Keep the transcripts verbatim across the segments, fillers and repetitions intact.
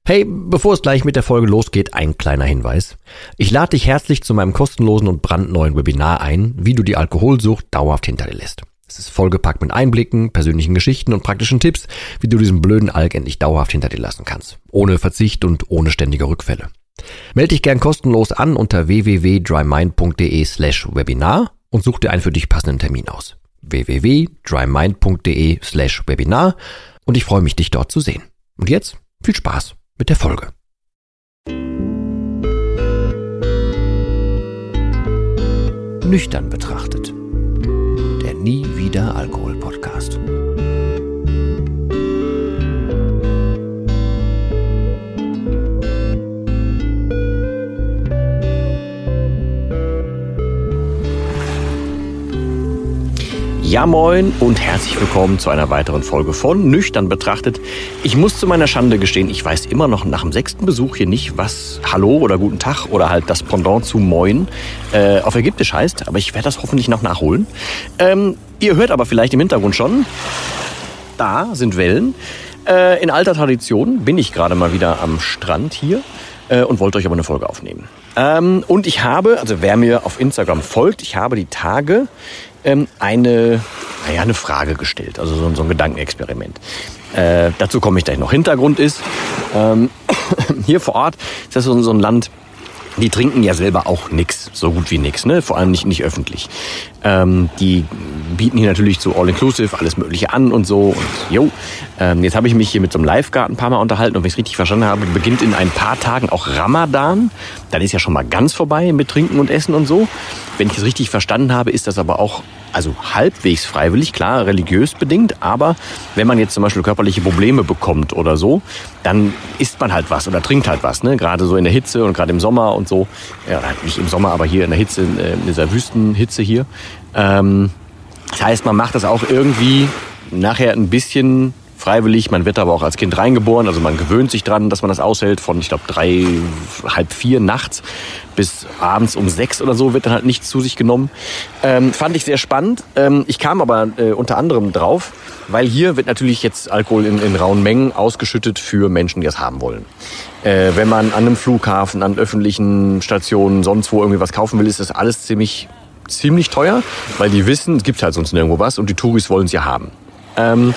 Hey, bevor es gleich mit der Folge losgeht, ein kleiner Hinweis. Ich lade dich herzlich zu meinem kostenlosen und brandneuen Webinar ein, wie du die Alkoholsucht dauerhaft hinter dir lässt. Es ist vollgepackt mit Einblicken, persönlichen Geschichten und praktischen Tipps, wie du diesen blöden Alk endlich dauerhaft hinter dir lassen kannst. Ohne Verzicht und ohne ständige Rückfälle. Melde dich gern kostenlos an unter w w w punkt drymind.de slash webinar und such dir einen für dich passenden Termin aus. w w w punkt drymind.de slash webinar und ich freue mich, dich dort zu sehen. Und jetzt viel Spaß mit der Folge. Nüchtern betrachtet. Der Nie wieder Alkohol Podcast. Ja moin und herzlich willkommen zu einer weiteren Folge von Nüchtern betrachtet. Ich muss zu meiner Schande gestehen, ich weiß immer noch nach dem sechsten Besuch hier nicht, was Hallo oder Guten Tag oder halt das Pendant zu Moin äh, auf Ägyptisch heißt. Aber ich werde das hoffentlich noch nachholen. Ähm, ihr hört aber vielleicht im Hintergrund schon, da sind Wellen. Äh, in alter Tradition bin ich gerade mal wieder am Strand hier äh, und wollte euch aber eine Folge aufnehmen. Ähm, und ich habe, also wer mir auf Instagram folgt, ich habe die Tage ähm, eine, naja, eine Frage gestellt, also so, so ein Gedankenexperiment. Äh, dazu komme ich gleich noch. Hintergrund ist, ähm, hier vor Ort ist das so, so ein Land, die trinken ja selber auch nix, so gut wie nix, ne? Vor allem nicht, nicht öffentlich. Ähm, die bieten hier natürlich so All-Inclusive alles Mögliche an und so. Und jo, ähm, jetzt habe ich mich hier mit so einem Lifeguard ein paar Mal unterhalten und wenn ich es richtig verstanden habe, beginnt in ein paar Tagen auch Ramadan. Dann ist ja schon mal ganz vorbei mit Trinken und Essen und so. Wenn ich es richtig verstanden habe, ist das aber auch also halbwegs freiwillig, klar, religiös bedingt, aber wenn man jetzt zum Beispiel körperliche Probleme bekommt oder so, dann isst man halt was oder trinkt halt was, ne? Gerade so in der Hitze und gerade im Sommer und so, ja, nicht im Sommer, aber hier in der Hitze, in dieser Wüstenhitze hier. Ähm, das heißt, man macht das auch irgendwie nachher ein bisschen freiwillig, man wird aber auch als Kind reingeboren, also man gewöhnt sich dran, dass man das aushält von, ich glaube, drei, halb vier nachts bis abends um sechs oder so wird dann halt nichts zu sich genommen. Ähm, fand ich sehr spannend. Ähm, ich kam aber äh, unter anderem drauf, weil hier wird natürlich jetzt Alkohol in, in rauen Mengen ausgeschüttet für Menschen, die das haben wollen. Äh, wenn man an einem Flughafen, an öffentlichen Stationen, sonst wo irgendwie was kaufen will, ist das alles ziemlich, ziemlich teuer, weil die wissen, es gibt halt sonst nirgendwo was und die Touris wollen es ja haben. Ähm,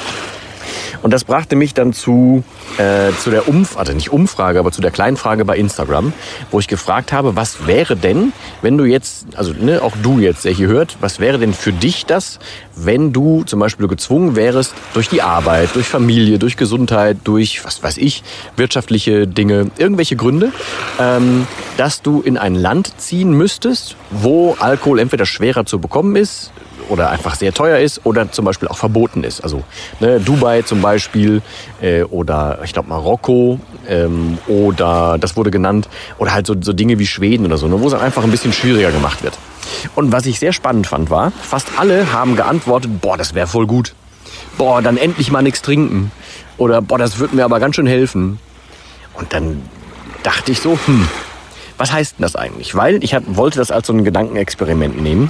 Und das brachte mich dann zu, äh, zu der Umfrage, also nicht Umfrage, aber zu der kleinen Frage bei Instagram, wo ich gefragt habe, was wäre denn, wenn du jetzt, also ne, auch du jetzt, der hier hört, was wäre denn für dich das, wenn du zum Beispiel gezwungen wärst, durch die Arbeit, durch Familie, durch Gesundheit, durch, was weiß ich, wirtschaftliche Dinge, irgendwelche Gründe, ähm, dass du in ein Land ziehen müsstest, wo Alkohol entweder schwerer zu bekommen ist, oder einfach sehr teuer ist oder zum Beispiel auch verboten ist. Also ne, Dubai zum Beispiel äh, oder ich glaube Marokko ähm, oder das wurde genannt oder halt so, so Dinge wie Schweden oder so, ne, wo es einfach ein bisschen schwieriger gemacht wird. Und was ich sehr spannend fand war, fast alle haben geantwortet, boah, das wäre voll gut. Boah, dann endlich mal nichts trinken. Oder boah, das würde mir aber ganz schön helfen. Und dann dachte ich so, hm, was heißt denn das eigentlich? Weil ich hat, wollte das als so ein Gedankenexperiment nehmen.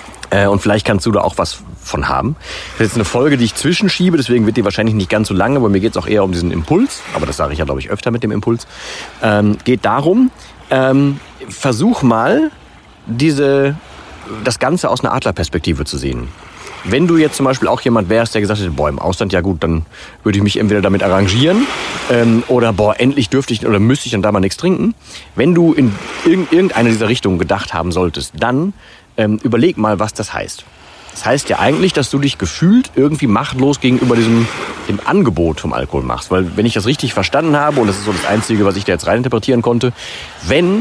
Und vielleicht kannst du da auch was von haben. Das ist jetzt eine Folge, die ich zwischenschiebe, deswegen wird die wahrscheinlich nicht ganz so lange, aber mir geht es auch eher um diesen Impuls. Aber das sage ich ja, glaube ich, öfter mit dem Impuls. Ähm, geht darum, ähm, versuch mal, diese, das Ganze aus einer Adlerperspektive zu sehen. Wenn du jetzt zum Beispiel auch jemand wärst, der gesagt hätte, boah, im Ausland, ja gut, dann würde ich mich entweder damit arrangieren ähm, oder boah, endlich dürfte ich oder müsste ich dann da mal nichts trinken. Wenn du in irgendeine dieser Richtungen gedacht haben solltest, dann ähm, überleg mal, was das heißt. Das heißt ja eigentlich, dass du dich gefühlt irgendwie machtlos gegenüber diesem dem Angebot vom Alkohol machst. Weil wenn ich das richtig verstanden habe, und das ist so das Einzige, was ich da jetzt reininterpretieren konnte, wenn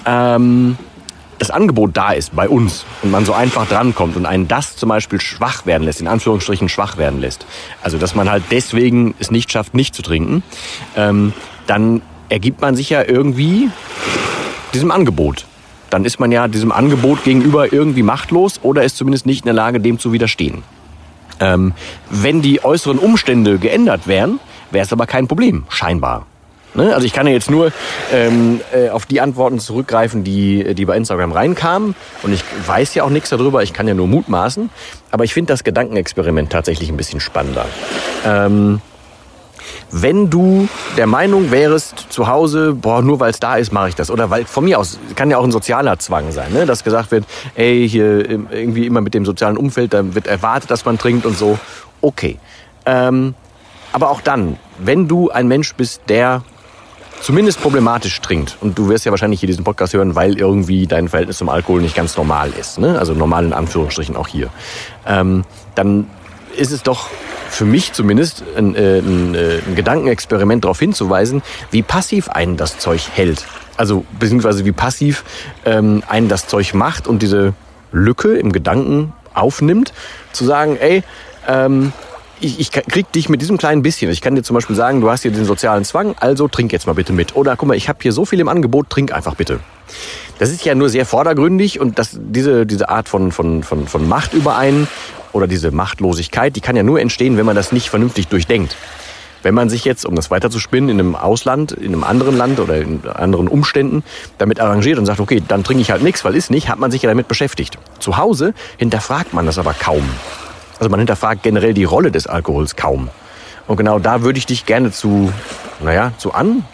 ähm, das Angebot da ist bei uns und man so einfach drankommt und einen das zum Beispiel schwach werden lässt, in Anführungsstrichen schwach werden lässt, also dass man halt deswegen es nicht schafft, nicht zu trinken, ähm, dann ergibt man sich ja irgendwie diesem Angebot. Dann ist man ja diesem Angebot gegenüber irgendwie machtlos oder ist zumindest nicht in der Lage, dem zu widerstehen. Ähm, wenn die äußeren Umstände geändert wären, wäre es aber kein Problem, scheinbar. Ne? Also ich kann ja jetzt nur ähm, äh, auf die Antworten zurückgreifen, die, die bei Instagram reinkamen. Und ich weiß ja auch nichts darüber, ich kann ja nur mutmaßen. Aber ich finde das Gedankenexperiment tatsächlich ein bisschen spannender. Ähm, wenn du der Meinung wärst, zu Hause, boah, nur weil es da ist, mache ich das. Oder weil, von mir aus, kann ja auch ein sozialer Zwang sein, ne? Dass gesagt wird, ey, hier irgendwie immer mit dem sozialen Umfeld, da wird erwartet, dass man trinkt und so. Okay. Ähm, aber auch dann, wenn du ein Mensch bist, der zumindest problematisch trinkt, und du wirst ja wahrscheinlich hier diesen Podcast hören, weil irgendwie dein Verhältnis zum Alkohol nicht ganz normal ist, ne? Also normal in Anführungsstrichen auch hier, ähm, dann ist es doch für mich zumindest ein, äh, ein, äh, ein Gedankenexperiment darauf hinzuweisen, wie passiv einen das Zeug hält. Also beziehungsweise wie passiv ähm, einen das Zeug macht und diese Lücke im Gedanken aufnimmt, zu sagen, ey, ähm, Ich, ich krieg dich mit diesem kleinen bisschen. Ich kann dir zum Beispiel sagen, du hast hier den sozialen Zwang, also trink jetzt mal bitte mit. Oder guck mal, ich habe hier so viel im Angebot, trink einfach bitte. Das ist ja nur sehr vordergründig und das, diese, diese Art von, von, von, von Macht über einen oder diese Machtlosigkeit, die kann ja nur entstehen, wenn man das nicht vernünftig durchdenkt. Wenn man sich jetzt, um das weiter zu spinnen, in einem Ausland, in einem anderen Land oder in anderen Umständen damit arrangiert und sagt, okay, dann trinke ich halt nichts, weil ist nicht, hat man sich ja damit beschäftigt. Zu Hause hinterfragt man das aber kaum. Also man hinterfragt generell die Rolle des Alkohols kaum. Und genau da würde ich dich gerne zu, naja, zu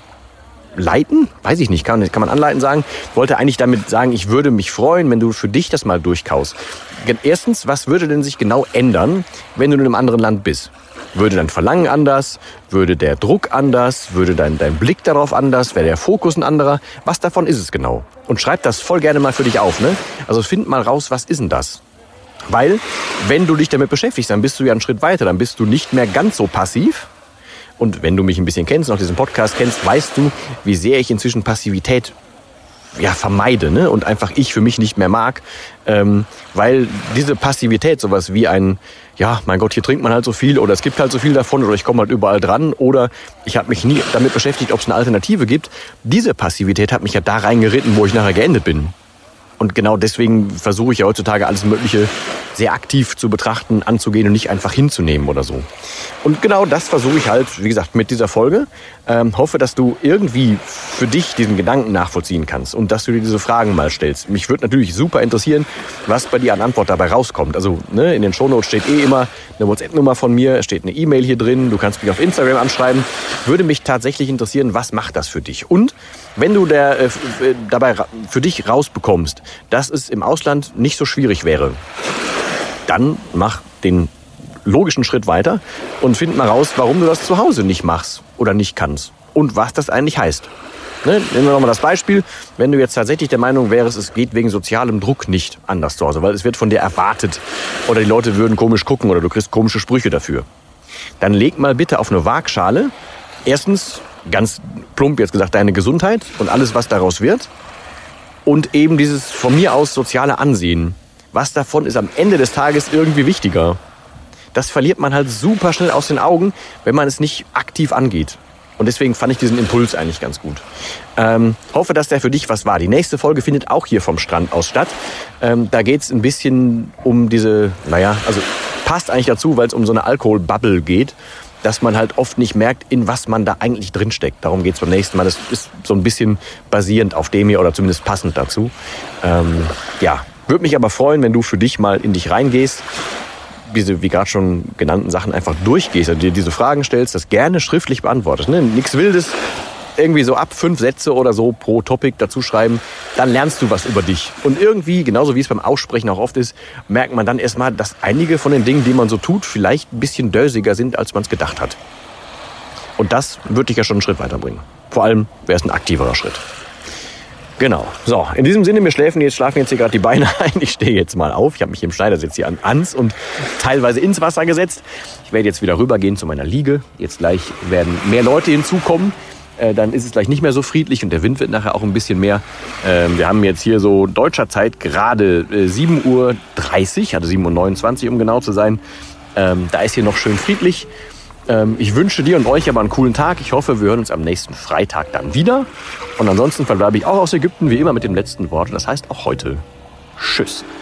anleiten. Weiß ich nicht, kann, kann man anleiten sagen. Ich wollte eigentlich damit sagen, ich würde mich freuen, wenn du für dich das mal durchkaust. Erstens, was würde denn sich genau ändern, wenn du in einem anderen Land bist? Würde dein Verlangen anders? Würde der Druck anders? Würde dein, dein Blick darauf anders? Wäre der Fokus ein anderer? Was davon ist es genau? Und schreib das voll gerne mal für dich auf, ne? Also find mal raus, was ist denn das? Weil, wenn du dich damit beschäftigst, dann bist du ja einen Schritt weiter. Dann bist du nicht mehr ganz so passiv. Und wenn du mich ein bisschen kennst und auch diesen Podcast kennst, weißt du, wie sehr ich inzwischen Passivität ja, vermeide, ne? Und einfach ich für mich nicht mehr mag. Ähm, weil diese Passivität, sowas wie ein, ja, mein Gott, hier trinkt man halt so viel oder es gibt halt so viel davon oder ich komme halt überall dran oder ich habe mich nie damit beschäftigt, ob es eine Alternative gibt. Diese Passivität hat mich ja da reingeritten, wo ich nachher geendet bin. Und genau deswegen versuche ich ja heutzutage alles Mögliche sehr aktiv zu betrachten, anzugehen und nicht einfach hinzunehmen oder so. Und genau das versuche ich halt, wie gesagt, mit dieser Folge. Ähm, hoffe, dass du irgendwie für dich diesen Gedanken nachvollziehen kannst und dass du dir diese Fragen mal stellst. Mich würde natürlich super interessieren, was bei dir an Antwort dabei rauskommt. Also ne, in den Shownotes steht eh immer eine WhatsApp-Nummer von mir, es steht eine E-Mail hier drin, du kannst mich auf Instagram anschreiben. Würde mich tatsächlich interessieren, was macht das für dich? Und wenn du der, äh, dabei für dich rausbekommst, dass es im Ausland nicht so schwierig wäre, dann mach den logischen Schritt weiter und find mal raus, warum du das zu Hause nicht machst oder nicht kannst und was das eigentlich heißt. Ne? Nehmen wir nochmal das Beispiel, wenn du jetzt tatsächlich der Meinung wärst, es geht wegen sozialem Druck nicht anders zu Hause, weil es wird von dir erwartet oder die Leute würden komisch gucken oder du kriegst komische Sprüche dafür. Dann leg mal bitte auf eine Waagschale, erstens, ganz plump jetzt gesagt, deine Gesundheit und alles, was daraus wird und eben dieses von mir aus soziale Ansehen. Was davon ist am Ende des Tages irgendwie wichtiger? Das verliert man halt super schnell aus den Augen, wenn man es nicht aktiv angeht. Und deswegen fand ich diesen Impuls eigentlich ganz gut. Ähm, hoffe, dass der für dich was war. Die nächste Folge findet auch hier vom Strand aus statt. Ähm, da geht es ein bisschen um diese, naja, also passt eigentlich dazu, weil es um so eine Alkoholbubble geht, dass man halt oft nicht merkt, in was man da eigentlich drinsteckt. Darum geht es beim nächsten Mal. Das ist so ein bisschen basierend auf dem hier oder zumindest passend dazu. Ähm, ja, würde mich aber freuen, wenn du für dich mal in dich reingehst, diese, wie gerade schon genannten Sachen einfach durchgehst und dir diese Fragen stellst, das gerne schriftlich beantwortest. Ne? Nichts Wildes, irgendwie so ab fünf Sätze oder so pro Topic dazu schreiben, dann lernst du was über dich. Und irgendwie, genauso wie es beim Aussprechen auch oft ist, merkt man dann erstmal, dass einige von den Dingen, die man so tut, vielleicht ein bisschen dösiger sind, als man es gedacht hat. Und das würde dich ja schon einen Schritt weiterbringen. Vor allem wäre es ein aktiverer Schritt. Genau. So, in diesem Sinne, mir schläfen jetzt, schlafen jetzt hier gerade die Beine ein. Ich stehe jetzt mal auf. Ich habe mich im Schneidersitz hier ans und teilweise ins Wasser gesetzt. Ich werde jetzt wieder rübergehen zu meiner Liege. Jetzt gleich werden mehr Leute hinzukommen. Äh, dann ist es gleich nicht mehr so friedlich und der Wind wird nachher auch ein bisschen mehr. Ähm, wir haben jetzt hier so deutscher Zeit gerade äh, sieben Uhr dreißig, also sieben Uhr neunundzwanzig, um genau zu sein. Ähm, da ist hier noch schön friedlich. Ich wünsche dir und euch aber einen coolen Tag. Ich hoffe, wir hören uns am nächsten Freitag dann wieder. Und ansonsten verbleibe ich auch aus Ägypten wie immer mit dem letzten Wort. Das heißt auch heute Tschüss.